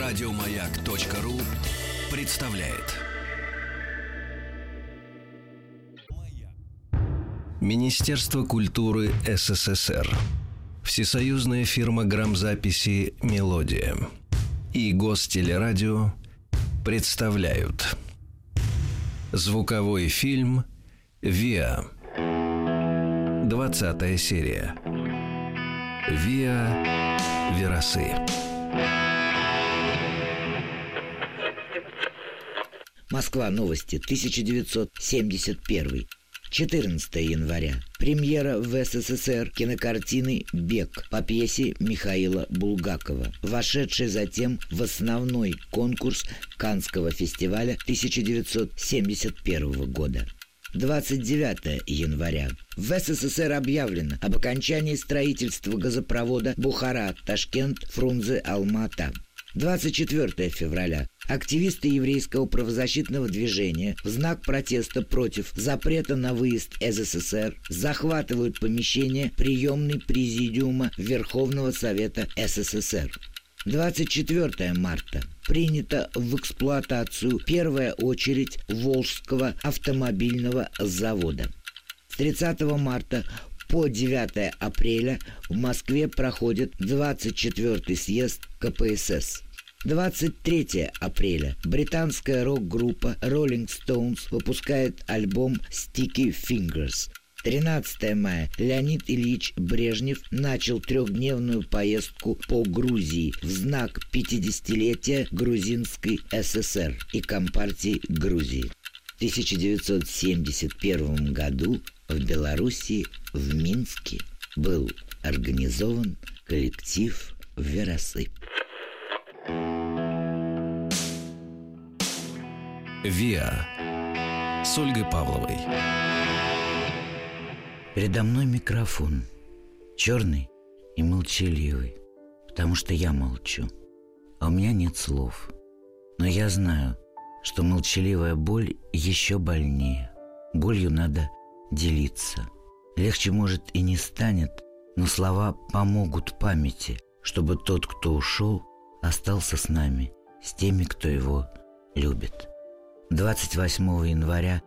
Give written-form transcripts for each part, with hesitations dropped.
Радиомаяк.ру представляет. Министерство культуры СССР, Всесоюзная фирма грамзаписи «Мелодия» и Гостелерадио представляют звуковой фильм «Виа». 20-я серия. «Виа Верасы». Москва. Новости. 1971. 14 января. Премьера в СССР кинокартины «Бег» по пьесе Михаила Булгакова, вошедшей затем в основной конкурс Каннского фестиваля 1971 года. 29 января. В СССР объявлено об окончании строительства газопровода Бухара-Ташкент-Фрунзе-Алма-Ата. 24 февраля. Активисты еврейского правозащитного движения в знак протеста против запрета на выезд из СССР захватывают помещение приемной президиума Верховного Совета СССР. 24 марта. Принята в эксплуатацию первая очередь Волжского автомобильного завода. С 30 марта по 9 апреля в Москве проходит 24-й съезд КПСС. 23 апреля британская рок-группа Rolling Stones выпускает альбом Sticky Fingers. 13 мая Леонид Ильич Брежнев начал трехдневную поездку по Грузии в знак 50-летия Грузинской ССР и Компартии Грузии. В 1971 году в Белоруссии, в Минске, был организован коллектив «Верасы». «Виа» с Ольгой Павловой. Передо мной микрофон, черный и молчаливый, потому что я молчу, а у меня нет слов. Но я знаю, что молчаливая боль еще больнее. Болью надо делиться. Легче, может, и не станет, но слова помогут памяти, чтобы тот, кто ушел, остался с нами, с теми, кто его любит. 28 января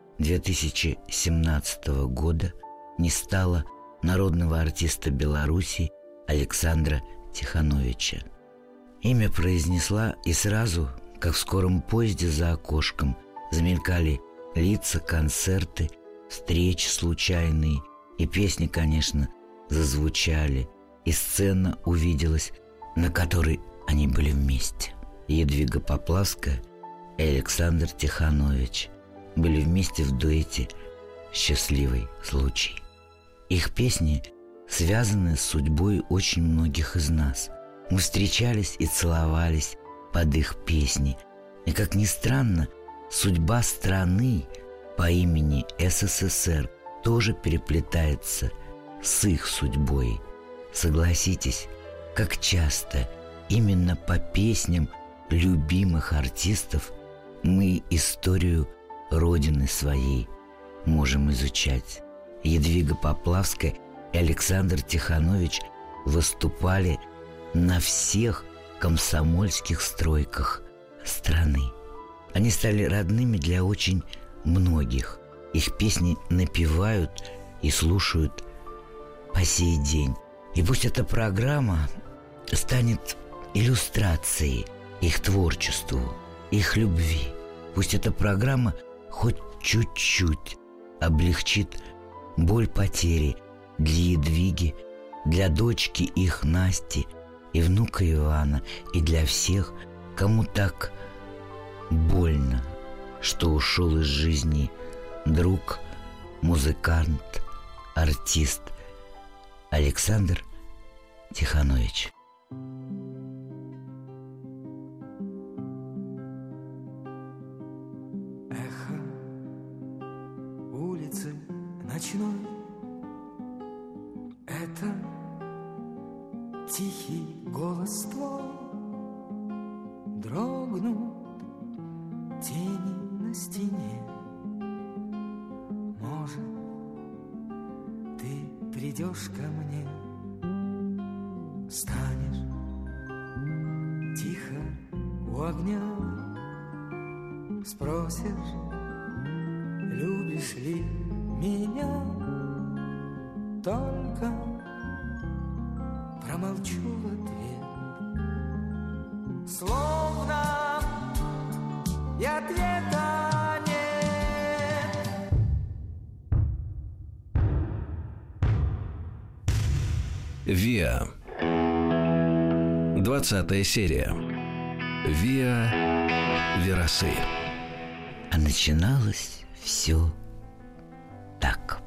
2017 года не стало народного артиста Беларуси Александра Тихановича. Имя произнесла, и сразу, как в скором поезде за окошком, замелькали лица, концерты, встречи случайные, и песни, конечно, зазвучали, и сцена увиделась, на которой они были вместе. Едвига Поплавская и Александр Тиханович были вместе в дуэте «Счастливый случай». Их песни связаны с судьбой очень многих из нас. Мы встречались и целовались под их песни. И, как ни странно, судьба страны по имени СССР тоже переплетается с их судьбой. Согласитесь, как часто именно по песням любимых артистов мы историю Родины своей можем изучать. Едвига Поплавская и Александр Тиханович выступали на всех комсомольских стройках страны. Они стали родными для очень многих. Их песни напевают и слушают по сей день. И пусть эта программа станет иллюстрацией их творчеству, их любви. Пусть эта программа хоть чуть-чуть облегчит боль потери для Едвиги, для дочки их Насти и внука Ивана, и для всех, кому так больно, что ушел из жизни друг, музыкант, артист Александр Тиханович. Эхо улицы ночной — это тихий голос твой. Дрогнут тени на стене. Может, ты придешь ко мне, станешь тихо у у огня. Спросишь, любишь ли меня, только промолчу в ответ. Словно и ответа нет. ВИА. 20 серия. ВИА Верасы. А начиналось все так.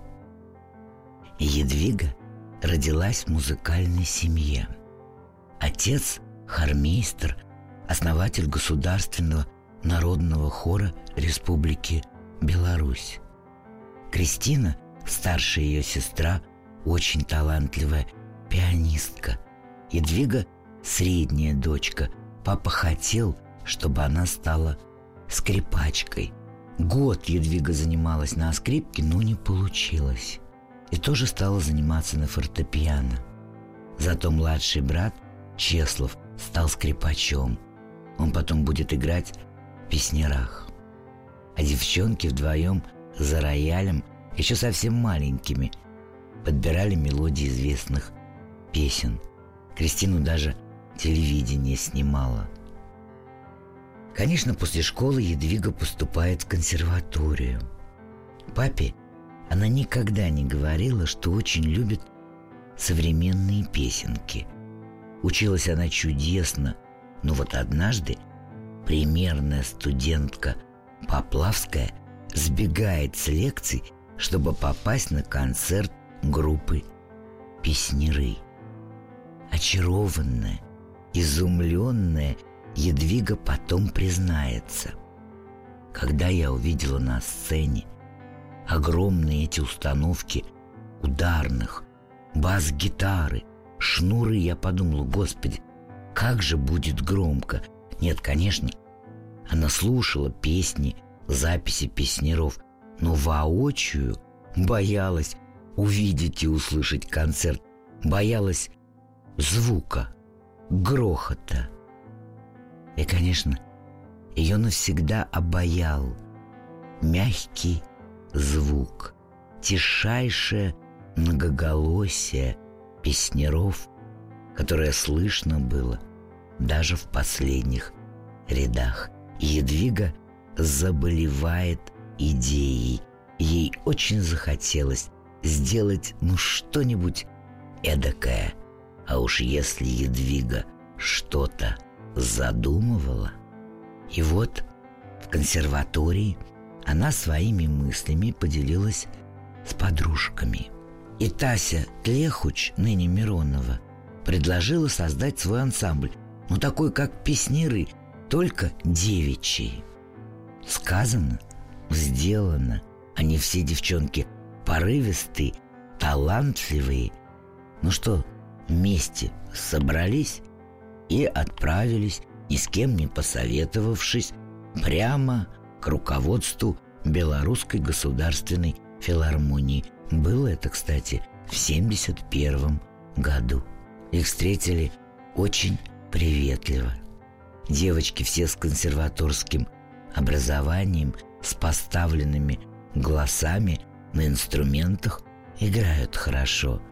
Едвига родилась в музыкальной семье. Отец – хормейстер, основатель Государственного народного хора Республики Беларусь. Кристина, старшая ее сестра, очень талантливая пианистка. Едвига – средняя дочка. Папа хотел, чтобы она стала скрипачкой. Год Едвига занималась на скрипке, но не получилось. И тоже стала заниматься на фортепиано. Зато младший брат Чеслов стал скрипачом. Он потом будет играть в песнярах. А девчонки вдвоем за роялем, еще совсем маленькими, подбирали мелодии известных песен. Кристину даже телевидение снимало. Конечно, после школы Едвига поступает в консерваторию. Папе она никогда не говорила, что очень любит современные песенки. Училась она чудесно, но вот однажды примерная студентка Поплавская сбегает с лекций, чтобы попасть на концерт группы «Песняры». Очарованная, изумленная, Едвига потом признается: когда я увидела на сцене огромные эти установки ударных, бас-гитары, шнуры, я подумала: Господи, как же будет громко. Нет, конечно, она слушала песни, записи песняров, но воочию боялась увидеть и услышать концерт, боялась звука, грохота. И, конечно, ее навсегда обаял мягкий звук, тишайшее многоголосие песняров, которое слышно было даже в последних рядах. И Едвига заболевает идеей. Ей очень захотелось сделать что-нибудь эдакое. А уж если Едвига что-то задумывала. И вот в консерватории она своими мыслями поделилась с подружками. И Тася Тлехуч, ныне Миронова, предложила создать свой ансамбль, такой, как песняры, только девичий. Сказано, сделано. Они все девчонки порывистые, талантливые. Вместе собрались и отправились, ни с кем не посоветовавшись, прямо к руководству Белорусской государственной филармонии. Было это, кстати, в 1971 году. Их встретили очень приветливо. Девочки все с консерваторским образованием, с поставленными голосами, на инструментах играют хорошо.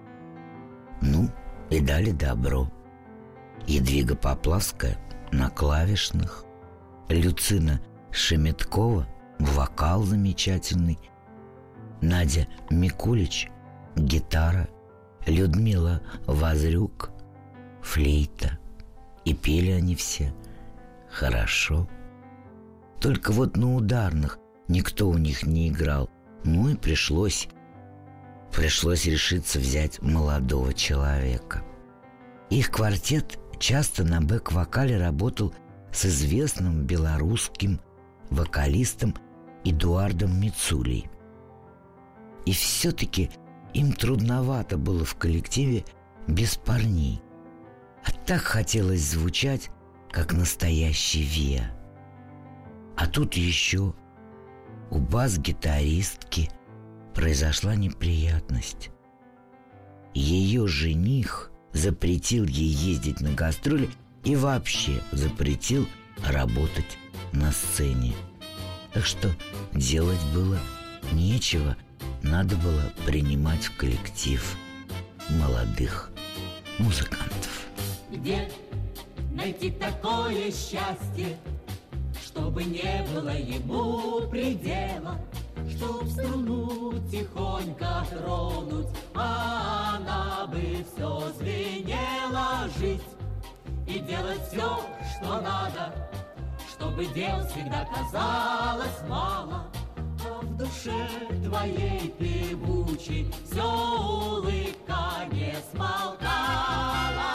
И дали добро. Едвига Поплавская на клавишных, Люцина Шеметкова вокал замечательный, Надя Микулич гитара, Людмила Возрюк флейта. И пели они все хорошо. Только на ударных никто у них не играл. И пришлось решиться взять молодого человека. Их квартет часто на бэк-вокале работал с известным белорусским вокалистом Эдуардом Мицулей. И все-таки им трудновато было в коллективе без парней. А так хотелось звучать, как настоящий ВИА. А тут еще у бас-гитаристки произошла неприятность. Ее жених запретил ей ездить на гастроли и вообще запретил работать на сцене. Так что делать было нечего, надо было принимать в коллектив молодых музыкантов. Где найти такое счастье, чтобы не было ему предела, чтоб струну тихонько тронуть, а она бы все звенела, жить и делать все, что надо, чтобы дел всегда казалось мало, а в душе твоей певучей все улыбка не смолкала.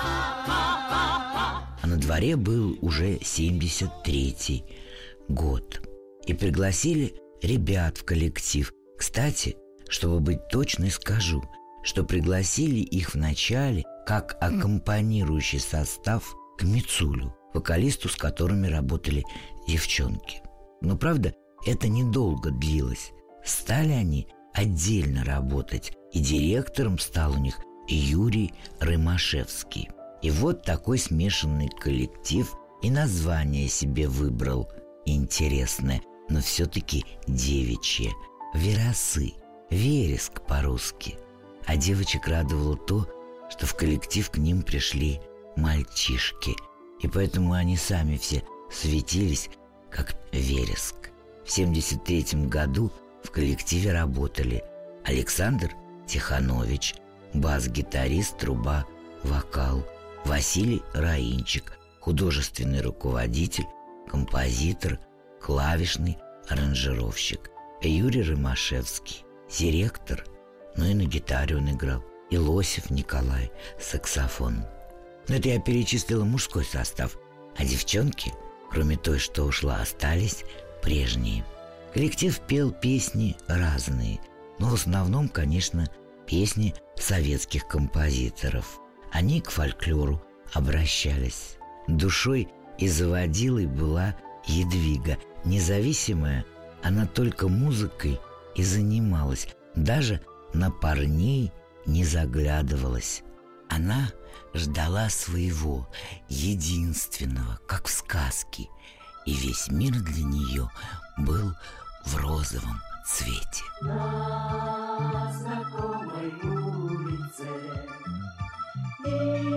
А на дворе был уже 73-й год. И пригласили ребят в коллектив. Кстати, чтобы быть точной, скажу, что пригласили их вначале как аккомпанирующий состав к Мицулю, вокалисту, с которыми работали девчонки. Но, правда, это недолго длилось. Стали они отдельно работать, и директором стал у них Юрий Рымашевский. И вот такой смешанный коллектив и название себе выбрал интересное, но все-таки девичье – «Верасы», «Вереск» по-русски. А девочек радовало то, что в коллектив к ним пришли мальчишки, и поэтому они сами все светились, как вереск. В 1973 году в коллективе работали Александр Тиханович, бас-гитарист, труба, вокал, Василий Раинчик, художественный руководитель, композитор, клавишный аранжировщик, Юрий Рымашевский, директор, но и на гитаре он играл, и Лосев Николай, саксофон. Но это я перечислила мужской состав, а девчонки, кроме той, что ушла, остались прежние. Коллектив пел песни разные, но в основном, конечно, песни советских композиторов. Они к фольклору обращались. Душой и заводилой была Едвига. Независимая, она только музыкой и занималась, даже на парней не заглядывалась. Она ждала своего, единственного, как в сказке, и весь мир для нее был в розовом цвете. На знакомой улице и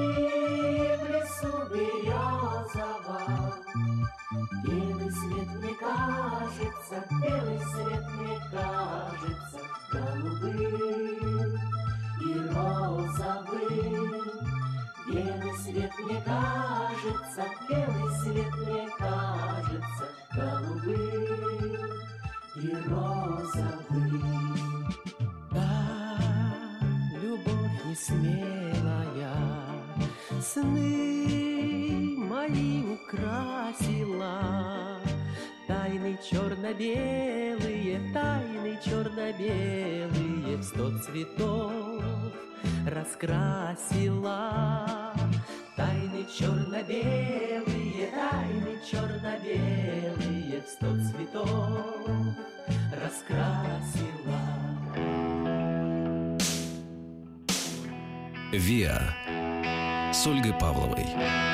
в лесу березовом белый свет мне кажется, белый свет мне кажется голубым и розовым. Белый свет мне кажется, белый свет мне кажется голубым и розовым. Да, любовь несмелая сны мои украсила, тайны черно-белые в 100 цветов раскрасила. Тайны черно-белые в 100 цветов раскрасила. «Виа» с Ольгой Павловой.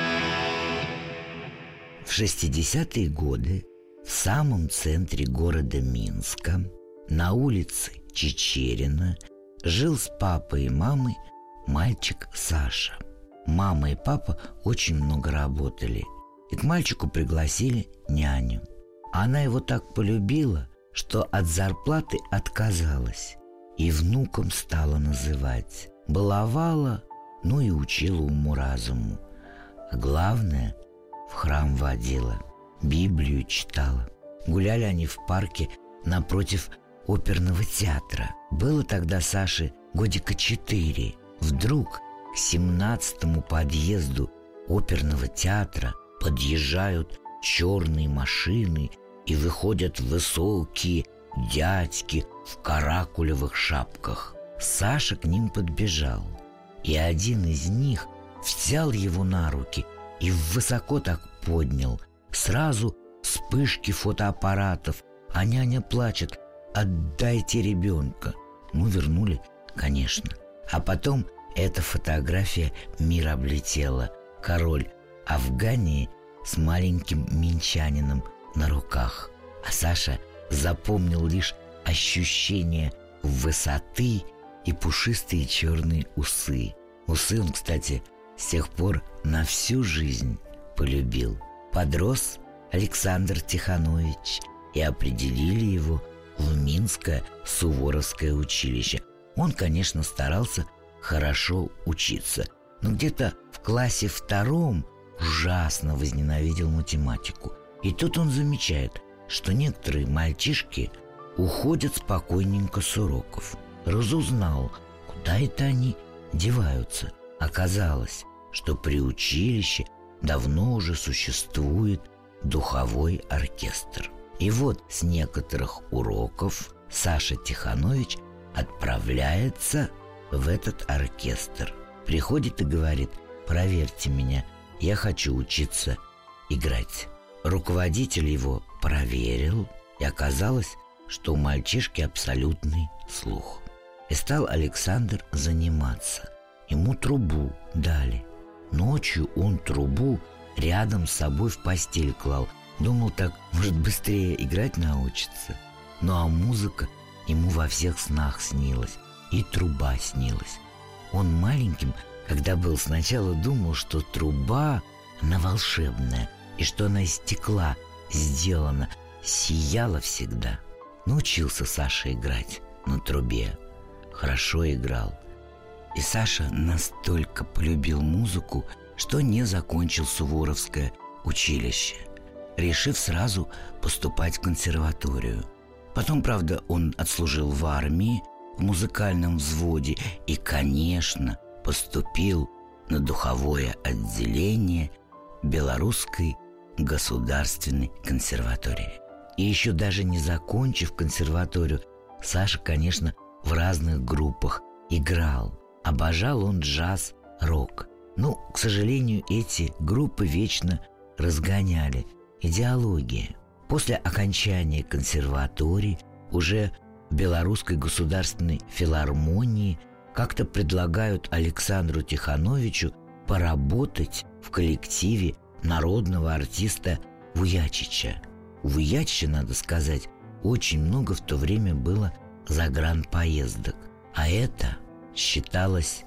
В 60-е годы в самом центре города Минска, на улице Чичерина, жил с папой и мамой мальчик Саша. Мама и папа очень много работали, и к мальчику пригласили няню. Она его так полюбила, что от зарплаты отказалась и внуком стала называть. Баловала, ну и учила уму-разуму. А главное, в храм водила, Библию читала. Гуляли они в парке напротив оперного театра. Было тогда Саше годика 4. Вдруг к 17-му подъезду оперного театра подъезжают черные машины и выходят высокие дядьки в каракулевых шапках. Саша к ним подбежал, и один из них взял его на руки и высоко так поднял. Сразу вспышки фотоаппаратов, а няня плачет: «Отдайте ребенка». Ну, вернули, конечно. А потом эта фотография мир облетела. Король Афгании с маленьким минчанином на руках. А Саша запомнил лишь ощущение высоты и пушистые черные усы. Усы он, кстати, с тех пор на всю жизнь полюбил. Подрос Александр Тиханович, и определили его в Минское Суворовское училище. Он, конечно, старался хорошо учиться, но где-то в классе 2 ужасно возненавидел математику. И тут он замечает, что некоторые мальчишки уходят спокойненько с уроков. Разузнал, куда это они деваются. Оказалось, что при училище давно уже существует духовой оркестр. И вот с некоторых уроков Саша Тиханович отправляется в этот оркестр. Приходит и говорит: проверьте меня, я хочу учиться играть. Руководитель его проверил, и оказалось, что у мальчишки абсолютный слух. И стал Александр заниматься. Ему трубу дали. Ночью он трубу рядом с собой в постель клал. Думал, так, может, быстрее играть научится. Ну а музыка ему во всех снах снилась. И труба снилась. Он маленьким, когда был, сначала думал, что труба, она волшебная, и что она из стекла сделана, сияла всегда. Научился Саша играть на трубе. Хорошо играл. И Саша настолько полюбил музыку, что не закончил Суворовское училище, решив сразу поступать в консерваторию. Потом, правда, он отслужил в армии, в музыкальном взводе и, конечно, поступил на духовое отделение Белорусской государственной консерватории. И еще даже не закончив консерваторию, Саша, конечно, в разных группах играл. Обожал он джаз, рок. Но, к сожалению, эти группы вечно разгоняли. Идеология. После окончания консерватории уже в Белорусской государственной филармонии как-то предлагают Александру Тихановичу поработать в коллективе народного артиста Вуячича. У Вуячича, надо сказать, очень много в то время было загранпоездок. А это считалось,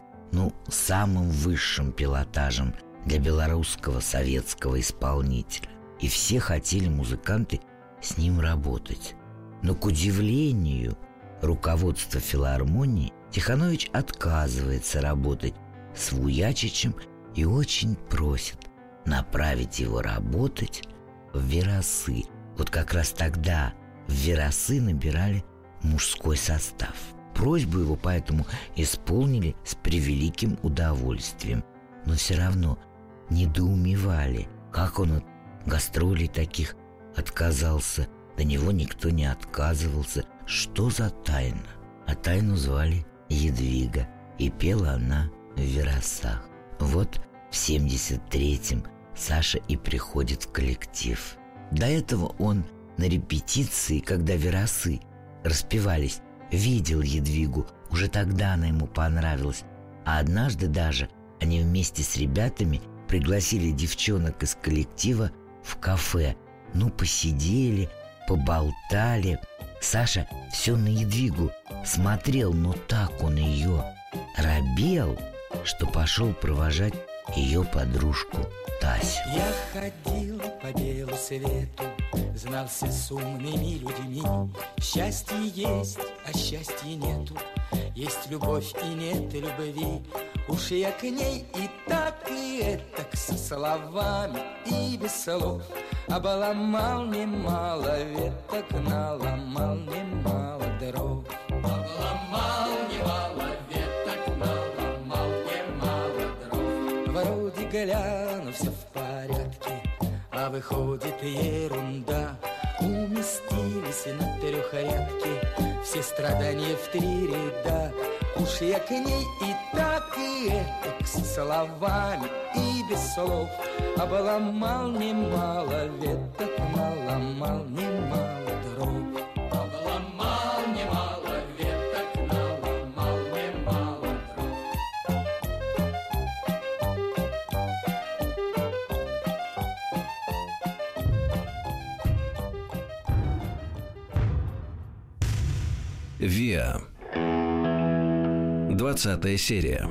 самым высшим пилотажем для белорусского советского исполнителя. И все хотели, музыканты, с ним работать. Но, к удивлению руководства филармонии, Тиханович отказывается работать с Вуячичем и очень просит направить его работать в Верасы. Вот как раз тогда в Верасы набирали мужской состав. Просьбу его поэтому исполнили с превеликим удовольствием, но все равно недоумевали, как он от гастролей таких отказался. До него никто не отказывался. Что за тайна? А тайну звали Едвига, и пела она в Верасах. Вот в 73-м Саша и приходит в коллектив. До этого он на репетиции, когда Верасы распевались, видел Едвигу, уже тогда она ему понравилась. А однажды даже они вместе с ребятами пригласили девчонок из коллектива в кафе. Посидели, поболтали. Саша все на Едвигу смотрел, но так он ее робел, что пошел провожать ее подружку Тасю. Я ходил по белу свету, знался с умными людьми. Счастье есть, а счастья нету. Есть любовь и нет любви. Уж я к ней и так, и этак, со словами и без слов. Обломал немало веток, наломал немало дров. Обломал немало веток, наломал немало дров. Вроде гляну, все в порядке, а выходит ерунда. Уместились на трехрядке все страдания в 3 ряда. Уж я к ней и так, и этак, с словами и без слов. Обломал немало веток, наломал немало дров. Обломал немало веток, наломал немало дров. Виа. 20 серия.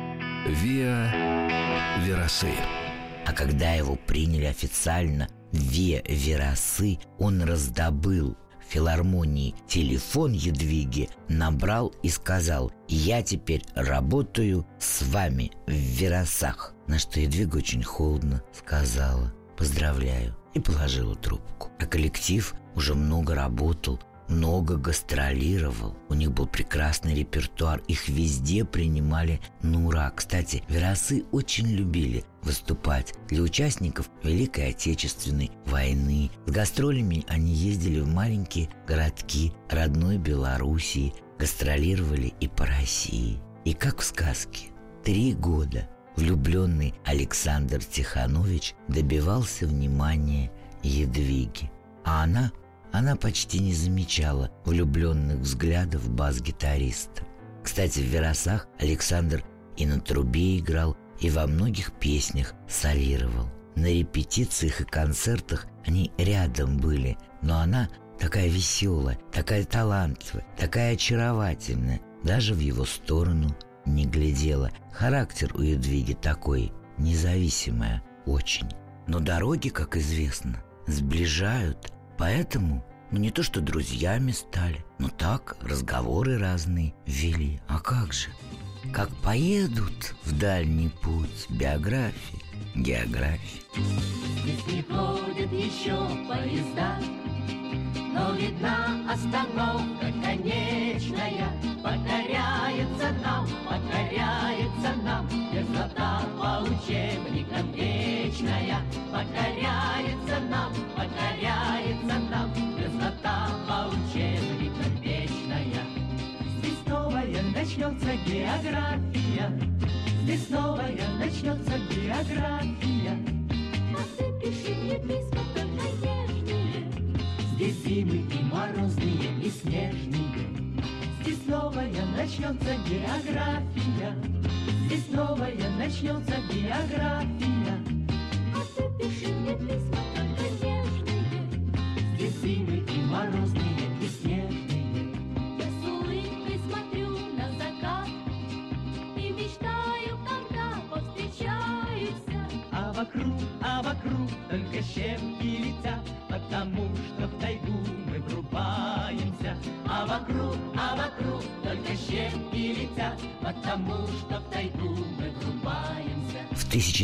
Виа Верасы. А когда его приняли официально в Виа Верасы, он раздобыл в филармонии телефон Ядвиги, набрал и сказал: «Я теперь работаю с вами в Верасах». На что Ядвига очень холодно сказала: «Поздравляю», и положила трубку. А коллектив уже много работал, много гастролировал. У них был прекрасный репертуар, их везде принимали на ура. Кстати, Верасы очень любили выступать для участников Великой Отечественной войны. С гастролями они ездили в маленькие городки родной Белоруссии, гастролировали и по России. И как в сказке, 3 года влюбленный Александр Тиханович добивался внимания Ядвиги. А она почти не замечала влюбленных взглядов бас-гитариста. Кстати, в Верасах Александр и на трубе играл, и во многих песнях солировал. На репетициях и концертах они рядом были, но она такая веселая, такая талантливая, такая очаровательная, даже в его сторону не глядела. Характер у Ядвиги такой, независимая очень. Но дороги, как известно, сближают. Поэтому, не то что друзьями стали, но так разговоры разные вели. А как же? Как поедут в дальний путь биографии, географии. Здесь не ходят еще поезда, но видна остановка конечная. Покоряется нам мерзлота по учебникам вечная. Покоряется нам мерзлота по учебникам вечная. Здесь новая начнется география, здесь новая начнется география. А ты пиши мне письма только нежные, здесь зимы и морозные, и снежные. Здесь новая начнется география, здесь новая начнется география. А ты пиши мне письма только нежные, здесь зимы и морозные, и снежные. Я с улыбкой смотрю на закат и мечтаю, когда повстречаемся. А вокруг только щепки летят, потому что в тайгу мы врубаемся. А вокруг только щепки летят, потому что в тайгу мы врубаемся. В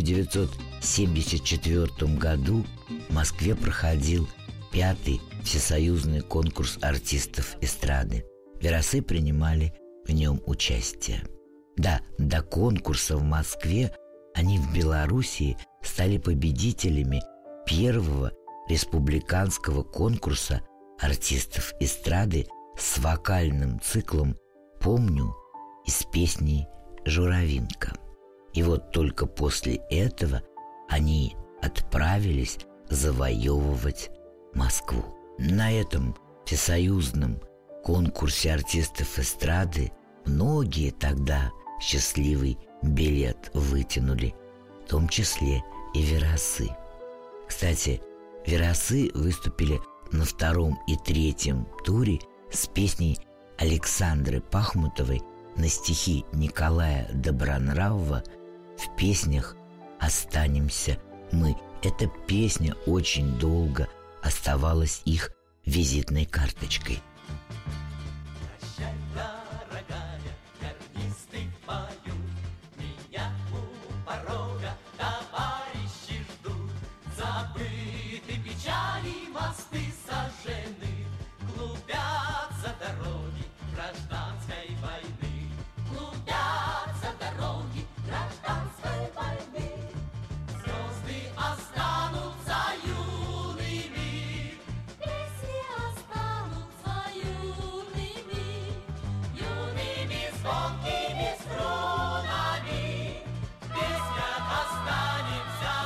1974 году в Москве проходил 5-й всесоюзный конкурс артистов эстрады. Верасы принимали в нем участие. Да, до конкурса в Москве они в Белоруссии стали победителями первого республиканского конкурса артистов эстрады с вокальным циклом «Помню» и с песней «Журавинка». И вот только после этого они отправились завоевывать Москву. На этом всесоюзном конкурсе артистов эстрады многие тогда счастливый билет вытянули, в том числе и Верасы. Кстати, Верасы выступили на 2-м и 3-м туре с песней Александры Пахмутовой на стихи Николая Добронравова в песнях «Останемся мы». Эта песня очень долго оставалась их визитной карточкой. Прощай, дорогая, гарнисты поют, меня у порога товарищи ждут. Забыты печали, мосты сожжены, клубятся дороги гражданской войны. Клубятся дороги гражданской войны. Звезды останутся юными, песни останутся юными, юными звонкими струнами. Песня останемся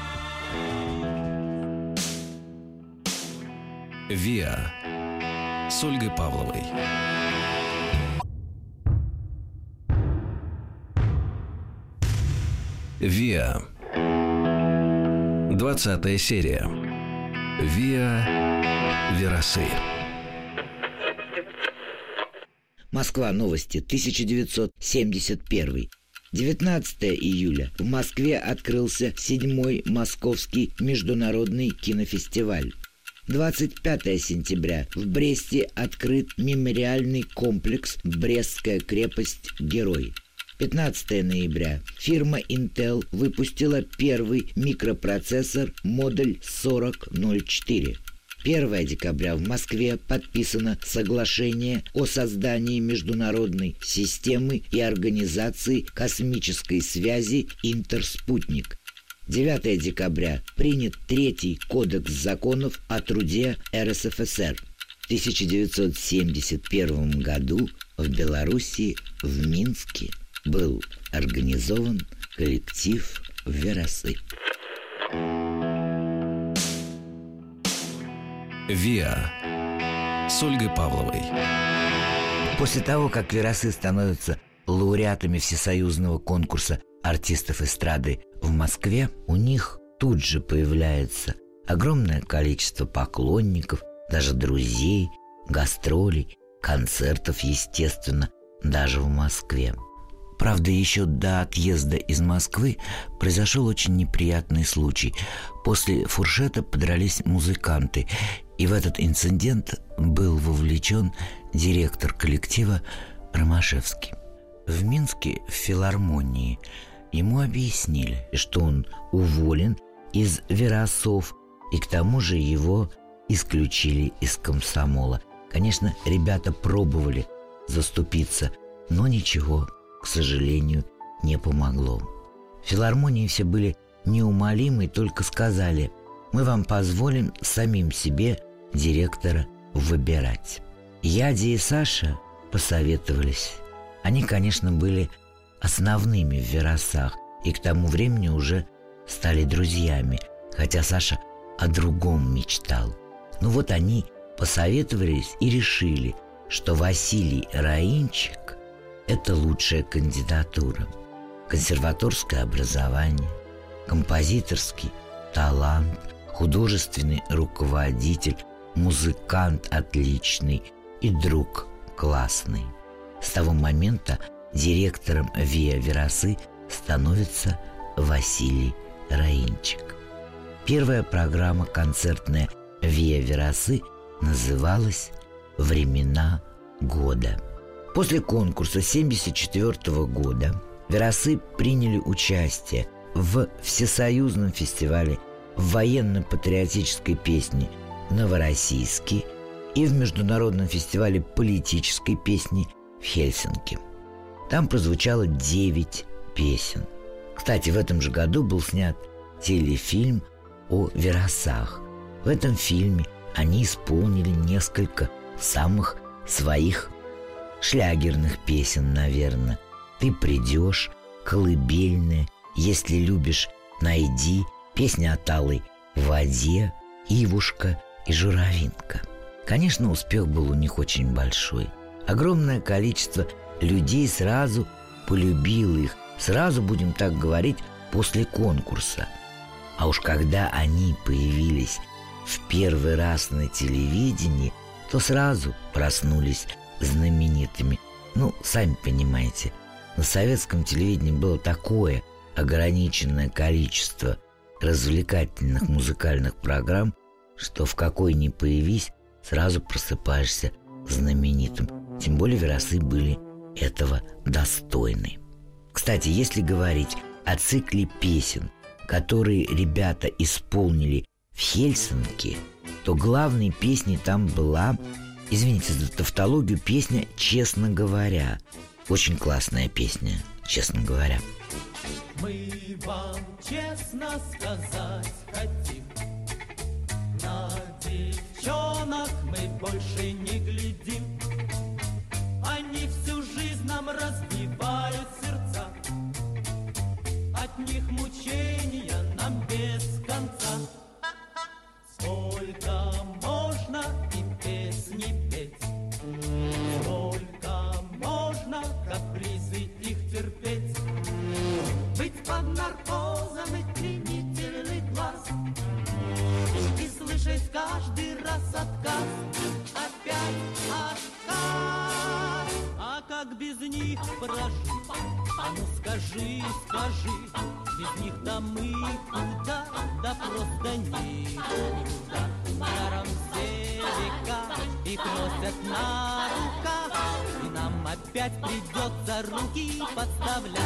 мы. Виа с Ольгой Павловой. Виа. 20 серия. Виа Верасы. Москва. Новости. 1971. 19 июля. В Москве открылся 7-й Московский международный кинофестиваль. 25 сентября. В Бресте открыт мемориальный комплекс «Брестская крепость-герой». 15 ноября. Фирма Intel выпустила первый микропроцессор модуль 4004. 1 декабря в Москве подписано соглашение о создании международной системы и организации космической связи «Интерспутник». 9 декабря принят Третий кодекс законов о труде РСФСР. В 1971 году в Белоруссии, в Минске, был организован коллектив «Верасы». ВИА с Ольгой Павловой. После того, как «Верасы» становятся лауреатами всесоюзного конкурса артистов эстрады в Москве, у них тут же появляется огромное количество поклонников, даже друзей, гастролей, концертов, естественно, даже в Москве. Правда, еще до отъезда из Москвы произошел очень неприятный случай. После фуршета подрались музыканты, и в этот инцидент был вовлечен директор коллектива Ромашевский. В Минске, в филармонии, ему объяснили, что он уволен из «Верасов», и к тому же его исключили из комсомола. Конечно, ребята пробовали заступиться, но ничего, к сожалению, не помогло. В филармонии все были неумолимы, только сказали: «Мы вам позволим самим себе директора выбирать». Яди и Саша посоветовались. Они, конечно, были основными в «Верасах» и к тому времени уже стали друзьями, хотя Саша о другом мечтал. Ну вот они посоветовались и решили, что Василий Раинчик – это лучшая кандидатура. Консерваторское образование, композиторский талант, художественный руководитель, музыкант отличный и друг классный. С того момента директором ВИА «Верасы» становится Василий Раинчик. Первая программа концертная ВИА «Верасы» называлась «Времена года». После конкурса 1974 года «Верасы» приняли участие в Всесоюзном фестивале военно-патриотической песни «Новороссийске» и в Международном фестивале политической песни в Хельсинки. Там прозвучало 9 песен. Кстати, в этом же году был снят телефильм о «Верасах». В этом фильме они исполнили несколько самых своих шлягерных песен, наверное. «Ты придешь», «Колыбельная», «Если любишь, найди», песня о талой воде, «Ивушка» и «Журавинка». Конечно, успех был у них очень большой. Огромное количество людей сразу полюбило их, сразу, будем так говорить, после конкурса. А уж когда они появились в первый раз на телевидении, то сразу проснулись знаменитыми. Ну, сами понимаете, на советском телевидении было такое ограниченное количество развлекательных музыкальных программ, что в какой ни появись, сразу просыпаешься знаменитым. Тем более «Верасы» были этого достойны. Кстати, если говорить о цикле песен, которые ребята исполнили в Хельсинки, то главной песней там была, извините за тавтологию, песня «Честно говоря». Очень классная песня, честно говоря. Мы вам честно сказать хотим, на девчонок мы больше не глядим. Они всю жизнь нам разбивают сердца, от них мучения нам без конца. Сколько можно им песни петь, сколько можно капризы их терпеть, быть под наркозом и пленительный глаз, и слышать каждый раз отказ. Опять прожить. А ну скажи, скажи, без них-то мы куда? Да просто никуда. Даром все века их носят на руках, и нам опять придется руки подставлять.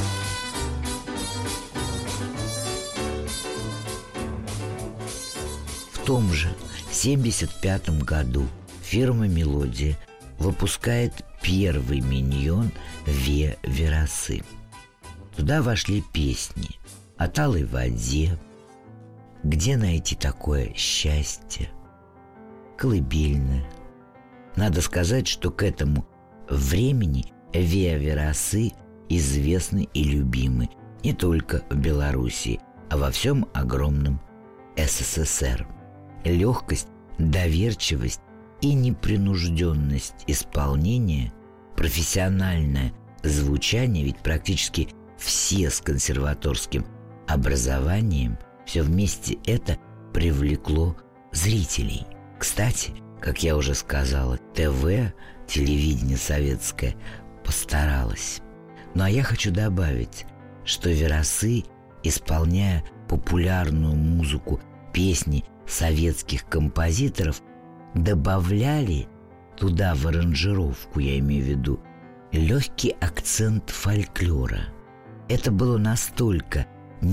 В том же 1975 году фирма «Мелодия» выпускает первый миньон «Виа Верасы». Туда вошли песни «О талой воде», «Где найти такое счастье», «Колыбельная». Надо сказать, что к этому времени «Виа Верасы» известны и любимы не только в Белоруссии, а во всем огромном СССР. Легкость, доверчивость и непринужденность исполнения, профессиональное звучание, ведь практически все с консерваторским образованием, все вместе это привлекло зрителей. Кстати, как я уже сказала, ТВ, телевидение советское, постаралось. Ну а я хочу добавить, что Верасы, исполняя популярную музыку, песни советских композиторов, добавляли туда в аранжировку, я имею в виду, легкий акцент фольклора. Это было настолько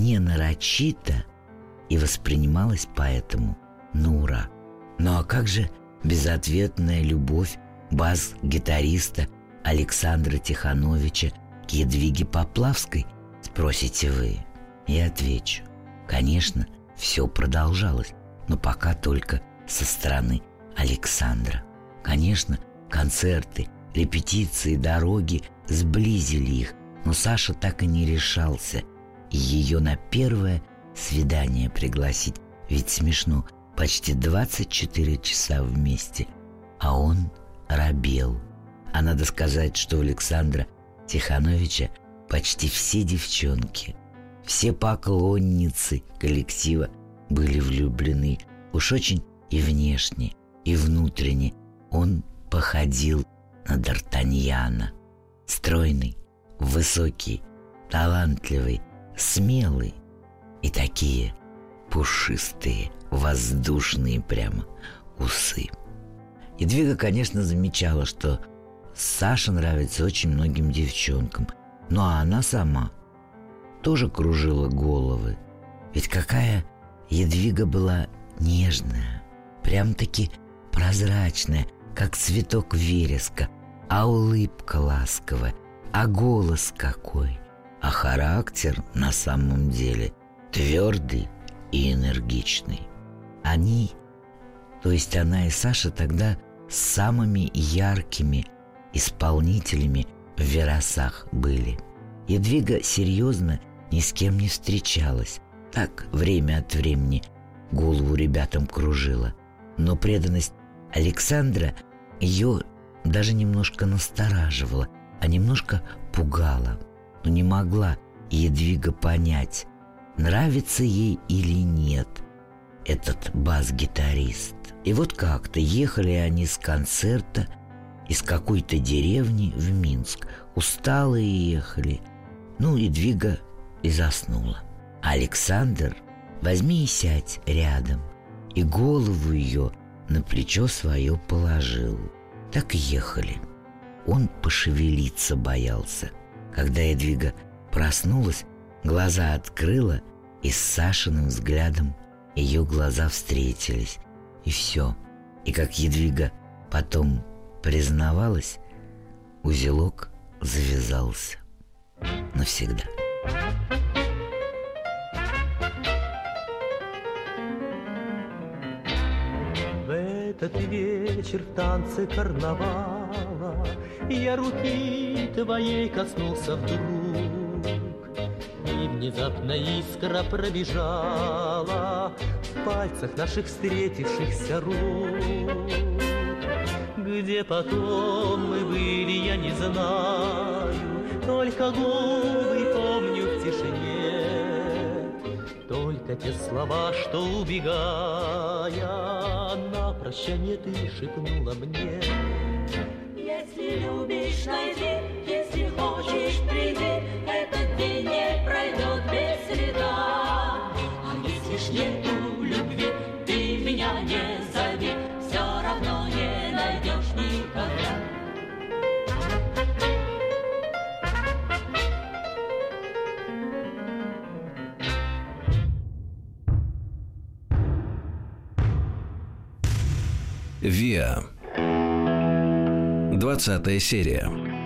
ненарочито и воспринималось поэтому на ура. Ну а как же безответная любовь бас-гитариста Александра Тихановича к Едвиге Поплавской, спросите вы? Я отвечу: конечно, все продолжалось, но пока только со стороны Александра. Конечно, концерты, репетиции, дороги сблизили их, но Саша так и не решался ее на первое свидание пригласить. Ведь смешно, почти 24 часа вместе, а он робел. А надо сказать, что у Александра Тихановича почти все девчонки, все поклонницы коллектива были влюблены. Уж очень и внешне, и внутренне он походил на Д'Артаньяна. Стройный, высокий, талантливый, смелый и такие пушистые, воздушные прямо усы. Едвига, конечно, замечала, что Саша нравится очень многим девчонкам, ну а она сама тоже кружила головы. Ведь какая Едвига была нежная, прям-таки прозрачная, как цветок вереска, а улыбка ласковая, а голос какой, а характер на самом деле твердый и энергичный. Они, то есть она и Саша, тогда самыми яркими исполнителями в Верасах были. Едвига серьезно ни с кем не встречалась, так время от времени голову ребятам кружила, но преданность Александра ее даже немножко настораживала, а немножко пугала. Но не могла Едвига понять, нравится ей или нет этот бас-гитарист. И вот как-то ехали они с концерта из какой-то деревни в Минск. Усталые ехали. Ну, Едвига и заснула. А Александр возьми и сядь рядом, и голову ее на плечо свое положил. Так и ехали. Он пошевелиться боялся. Когда Едвига проснулась, глаза открыла, и с Сашиным взглядом ее глаза встретились. И все. И как Едвига потом признавалась, узелок завязался навсегда. В этот вечер в танце карнавала я руки твоей коснулся вдруг, и внезапно искра пробежала в пальцах наших встретившихся рук. Где потом мы были, я не знаю, только губы помню в тишине, только те слова, что, убегая, на прощание ты шепнула мне. Если любишь, найди, если хочешь. хочешь, приди, этот день не пройдет без следа. А если ж нету любви, ты меня не зови, все равно не найдешь никогда. Виа. 20-я серия.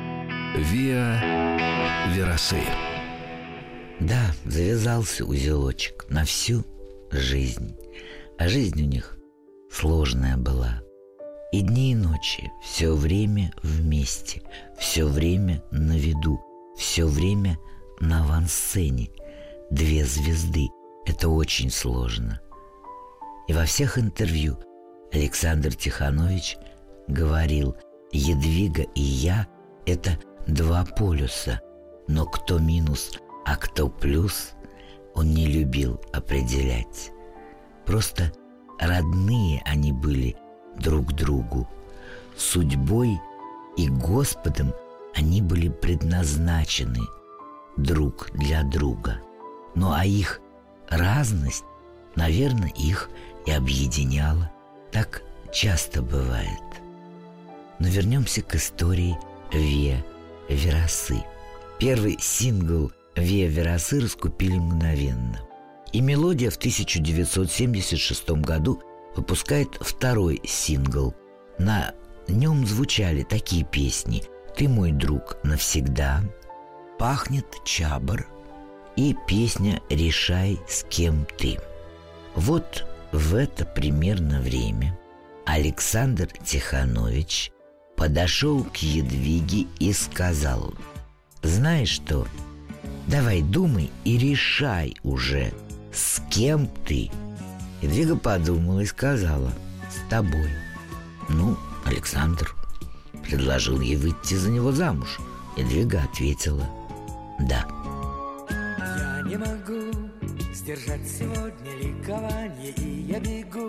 Виа Верасы. Да, завязался узелочек на всю жизнь. А жизнь у них сложная была. И дни, и ночи, все время вместе, все время на виду, все время на авансцене. 2 звезды – это очень сложно. И во всех интервью Александр Тиханович говорил: Едвига и я – это 2 полюса, но кто минус, а кто плюс, он не любил определять. Просто родные они были друг другу. Судьбой и Господом они были предназначены друг для друга. Ну а их разность, наверное, их и объединяла. Так часто бывает. Но вернемся к истории Виа Верасы. Первый сингл Виа Верасы раскупили мгновенно. И «Мелодия» в 1976 году выпускает 2-й сингл. На нем звучали такие песни: «Ты мой друг навсегда», «Пахнет чабр» и песня «Решай, с кем ты». Вот в это примерно время Александр Тиханович подошел к Едвиге и сказал: «Знаешь что, давай думай и решай уже, с кем ты». Едвига подумала и сказала: «С тобой». Ну, Александр предложил ей выйти за него замуж. Едвига ответила: «Да». Я не могу сдержать сегодня ликование, и я бегу,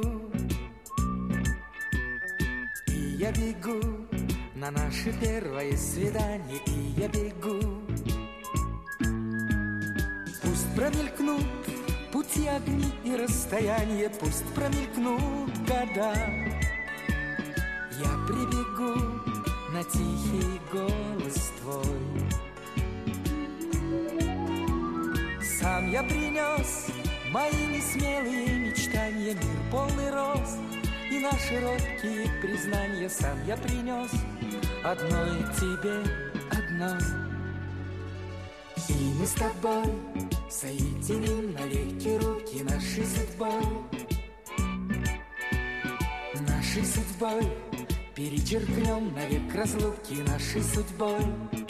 на наше первое свидание, и я бегу. Пусть промелькнут пути, огни и расстояния, пусть промелькнут года. Я прибегу на тихий голос твой. Сам я принес мои несмелые мечтания, мир полный роз и наши робкие признания. Сам я принес одной тебе, одной. И мы с тобой соединим навеки руки нашей судьбой. Нашей судьбой перечеркнем навек разлуки нашей судьбой.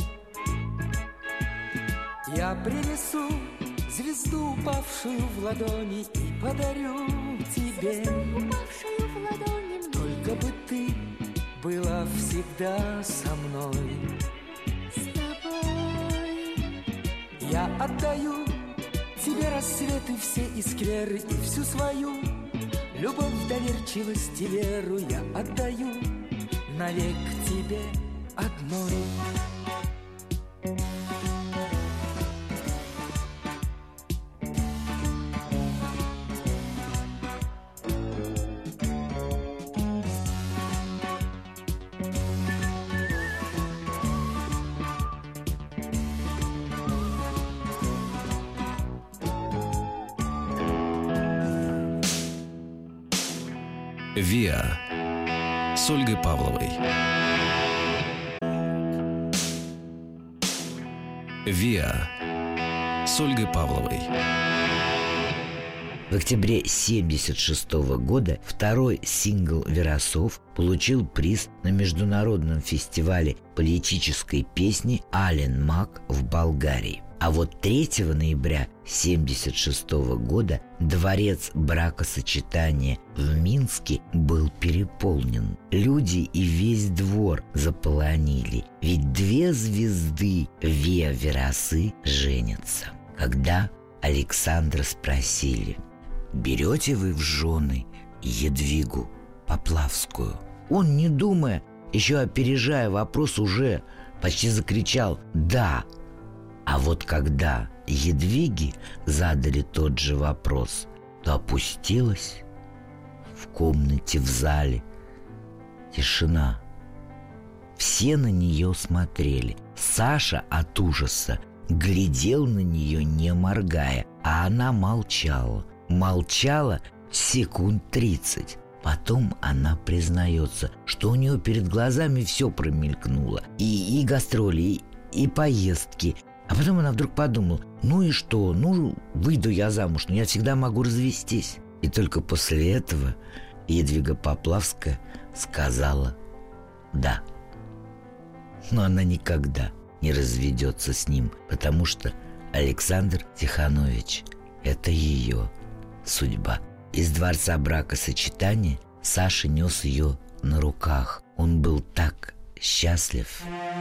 Я принесу звезду, упавшую в ладони, и подарю тебе, упавшую в ладони, только бы ты была всегда со мной. С тобой я отдаю тебе рассветы все и скверы, и всю свою любовь, доверчивость и веру я отдаю навек тебе одной. «Виа» с Ольгой Павловой. «Виа» с Ольгой Павловой. В октябре 1976 года 2-й сингл «Верасов» получил приз на международном фестивале политической песни «Ален Мак» в Болгарии. А вот 3 ноября 1976 года дворец бракосочетания в Минске был переполнен. Люди и весь двор заполонили, ведь 2 звезды Виа Верасы женятся. Когда Александра спросили: «Берете вы в жены Едвигу Поплавскую?», он, не думая, еще опережая вопрос, уже почти закричал «да». А вот когда Едвиге задали тот же вопрос, то опустилась в комнате, в зале тишина. Все на нее смотрели. Саша от ужаса глядел на нее, не моргая, а она молчала. Молчала секунд 30. Потом она признается, что у нее перед глазами все промелькнуло. И гастроли, и поездки. А потом она вдруг подумала, ну и что, ну выйду я замуж, но я всегда могу развестись. И только после этого Едвига Поплавская сказала «да». Но она никогда не разведется с ним, потому что Александр Тиханович – это ее судьба. Из дворца бракосочетания Саша нес ее на руках. Он был так счастлив.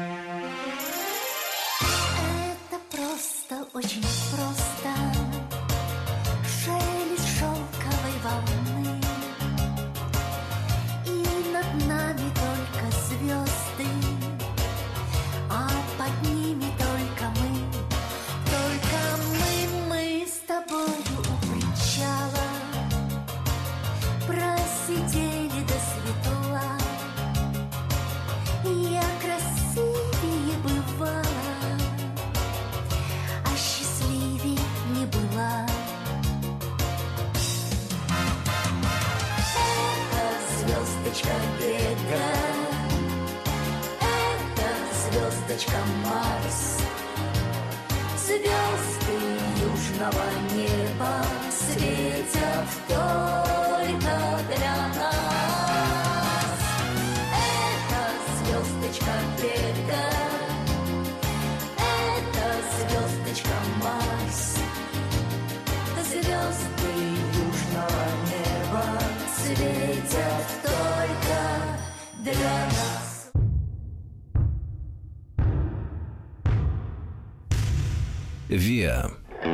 Это просто, очень просто. Шелест шелковой волны, и над нами только звезды, а под ними только мы с тобою у причала просидели до светла. Я красивее бывала, а счастливее не была. Это звездочка Вега, это звездочка Марс. Звезды южного неба светят только для нас. Это звездочка Вега, это звездочка Марс. Звезды южного неба светят только для нас. Виа.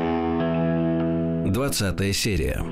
20 серия.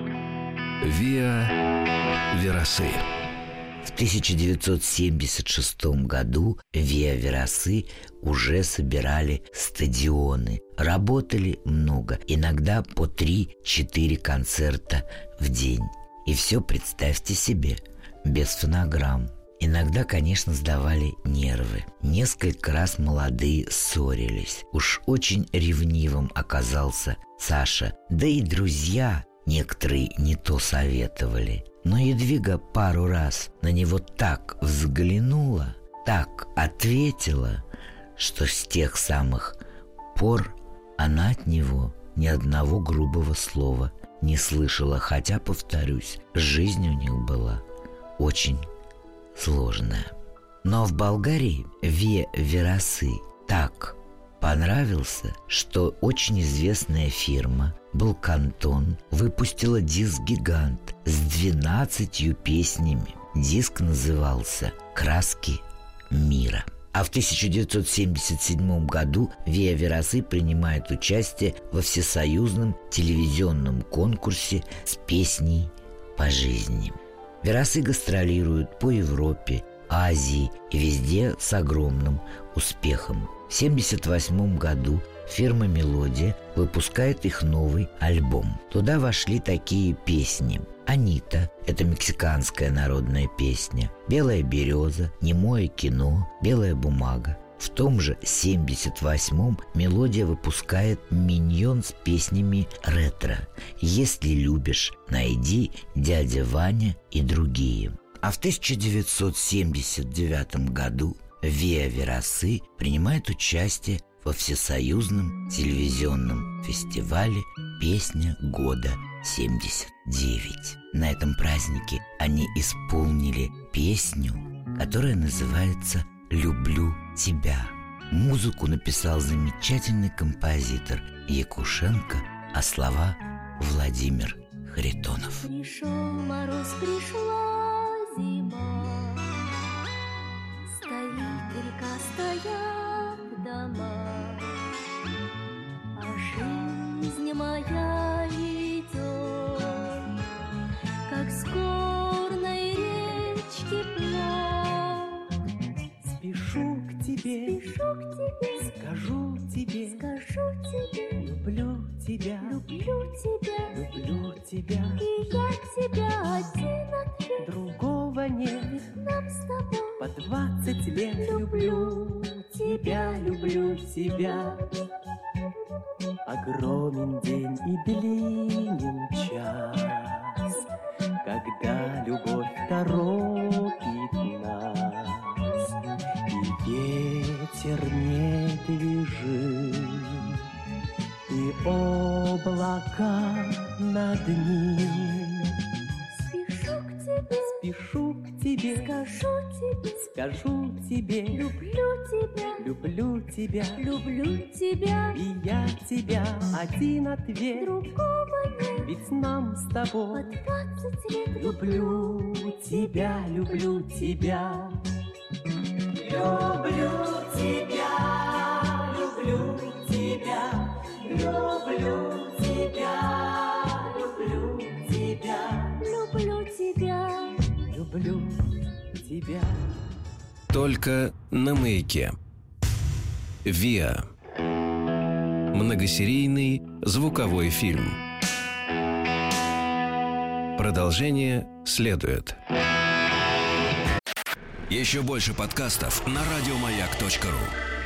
Виа Верасы. В 1976 году Виа Верасы уже собирали стадионы. Работали много, иногда по 3-4 концерта в день. И все, представьте себе, без фонограмм. Иногда, конечно, сдавали нервы. Несколько раз молодые ссорились. Уж очень ревнивым оказался Саша. Да и друзья некоторые не то советовали. Но Едвига пару раз на него так взглянула, так ответила, что с тех самых пор она от него ни одного грубого слова не слышала. Хотя, повторюсь, жизнь у них была очень сложная. Но в Болгарии Виа Верасы так понравился, что очень известная фирма «Балкантон» выпустила диск-гигант с 12 песнями. Диск назывался «Краски мира». А в 1977 году Виа Верасы принимает участие во всесоюзном телевизионном конкурсе с песней «По жизни». Верасы гастролируют по Европе, Азии и везде с огромным успехом. В 1978 году фирма «Мелодия» выпускает их новый альбом. Туда вошли такие песни: «Анита» – это мексиканская народная песня, «Белая береза», «Немое кино», «Белая бумага». В том же 1978-м «Мелодия» выпускает «Миньон» с песнями ретро «Если любишь, найди», «Дядя Ваня» и другие. А в 1979 году Виа Верасы принимает участие во всесоюзном телевизионном фестивале «Песня года 79». На этом празднике они исполнили песню, которая называется «Люблю тебя». Музыку написал замечательный композитор Якушенко, а слова Владимир Харитонов. Пришел мороз, пришла зима, стоит река, стоят дома, а жизнь моя идет, как с горной речки плод. Спешу к тебе, люблю тебя, и я тебя, один ответ. другого нет. Ведь нам с тобой По 20 лет люблю тебя, люблю тебя. Огромен день и длинен час, когда любовь торопит нас, и ветер недвижим, и облака над ним. спешу к тебе, Спешу к тебе, скажу тебе, скажу тебе, люблю тебя, люблю тебя, люблю тебя. и я тебя, один ответ. Другого нет, Ведь нам с по тобой 20 лет люблю тебя, люблю тебя. Люблю тебя, люблю тебя, люблю тебя, люблю тебя, люблю тебя. люблю тебя. Только на Маяке. ВИА. Многосерийный звуковой фильм. Продолжение следует. Еще больше подкастов на радиомаяк.ру.